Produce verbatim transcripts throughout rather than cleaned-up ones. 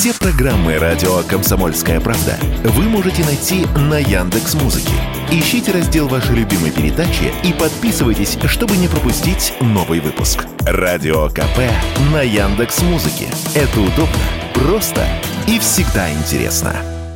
Все программы радио «Комсомольская правда» вы можете найти на Яндекс.Музыке. Ищите раздел вашей любимой передачи и подписывайтесь, чтобы не пропустить новый выпуск. Радио КП на Яндекс.Музыке. Это удобно, просто и всегда интересно.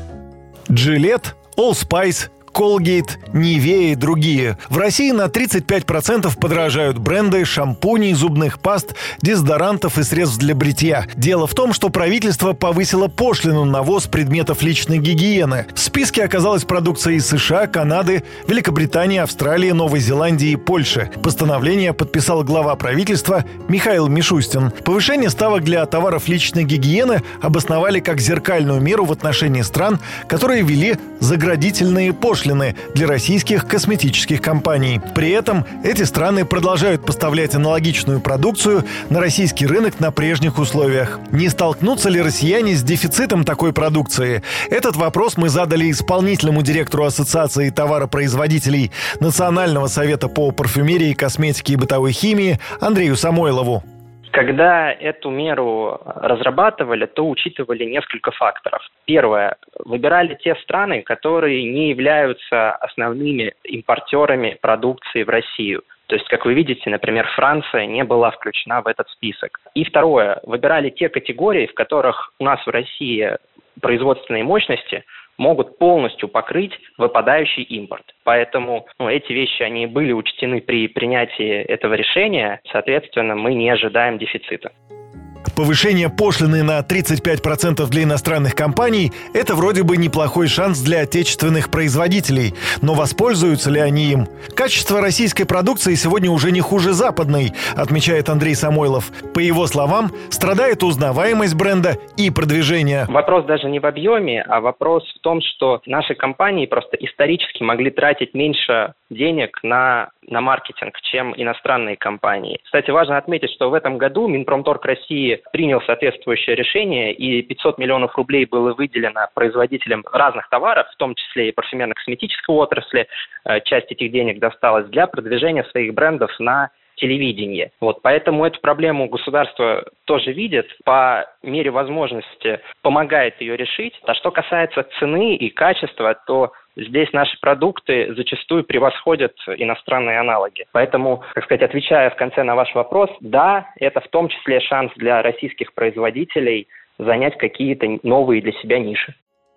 Gillette, Allspice, Colgate, Nivea и другие. В России на тридцать пять процентов подорожают бренды шампуней, зубных паст, дезодорантов и средств для бритья. Дело в том, что правительство повысило пошлину на ввоз предметов личной гигиены. В списке оказалась продукция из США, Канады, Великобритании, Австралии, Новой Зеландии и Польши. Постановление подписал глава правительства Михаил Мишустин. Повышение ставок для товаров личной гигиены обосновали как зеркальную меру в отношении стран, которые ввели заградительные пошлины для российских косметических компаний. При этом эти страны продолжают поставлять аналогичную продукцию на российский рынок на прежних условиях. Не столкнутся ли россияне с дефицитом такой продукции? Этот вопрос мы задали исполнительному директору Ассоциации товаропроизводителей Национального совета по парфюмерии, косметике и бытовой химии Андрею Самойлову. Когда эту меру разрабатывали, то учитывали несколько факторов. Первое. Выбирали те страны, которые не являются основными импортерами продукции в Россию. То есть, как вы видите, например, Франция не была включена в этот список. И второе. Выбирали те категории, в которых у нас в России производственные мощности могут полностью покрыть выпадающий импорт. Поэтому ну, эти вещи, они были учтены при принятии этого решения. Соответственно, мы не ожидаем дефицита. Повышение пошлины на тридцать пять процентов для иностранных компаний – это вроде бы неплохой шанс для отечественных производителей. Но воспользуются ли они им? Качество российской продукции сегодня уже не хуже западной, отмечает Андрей Самойлов. По его словам, страдает узнаваемость бренда и продвижение. Вопрос даже не в объеме, а вопрос в том, что наши компании просто исторически могли тратить меньше денег на, на маркетинг, чем иностранные компании. Кстати, важно отметить, что в этом году Минпромторг России принял соответствующее решение, и пятьсот миллионов рублей было выделено производителям разных товаров, в том числе и парфюмерно-косметической отрасли. Часть этих денег досталась для продвижения своих брендов на телевидении. Вот, поэтому эту проблему государство тоже видит, по мере возможности помогает ее решить. А что касается цены и качества, то здесь наши продукты зачастую превосходят иностранные аналоги. Поэтому, так сказать, отвечая в конце на ваш вопрос, да, это в том числе шанс для российских производителей занять какие-то новые для себя ниши.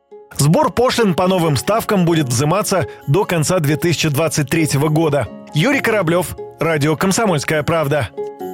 Сбор пошлин по новым ставкам будет взиматься до конца две тысячи двадцать третьего года. Юрий Кораблев, радио «Комсомольская правда».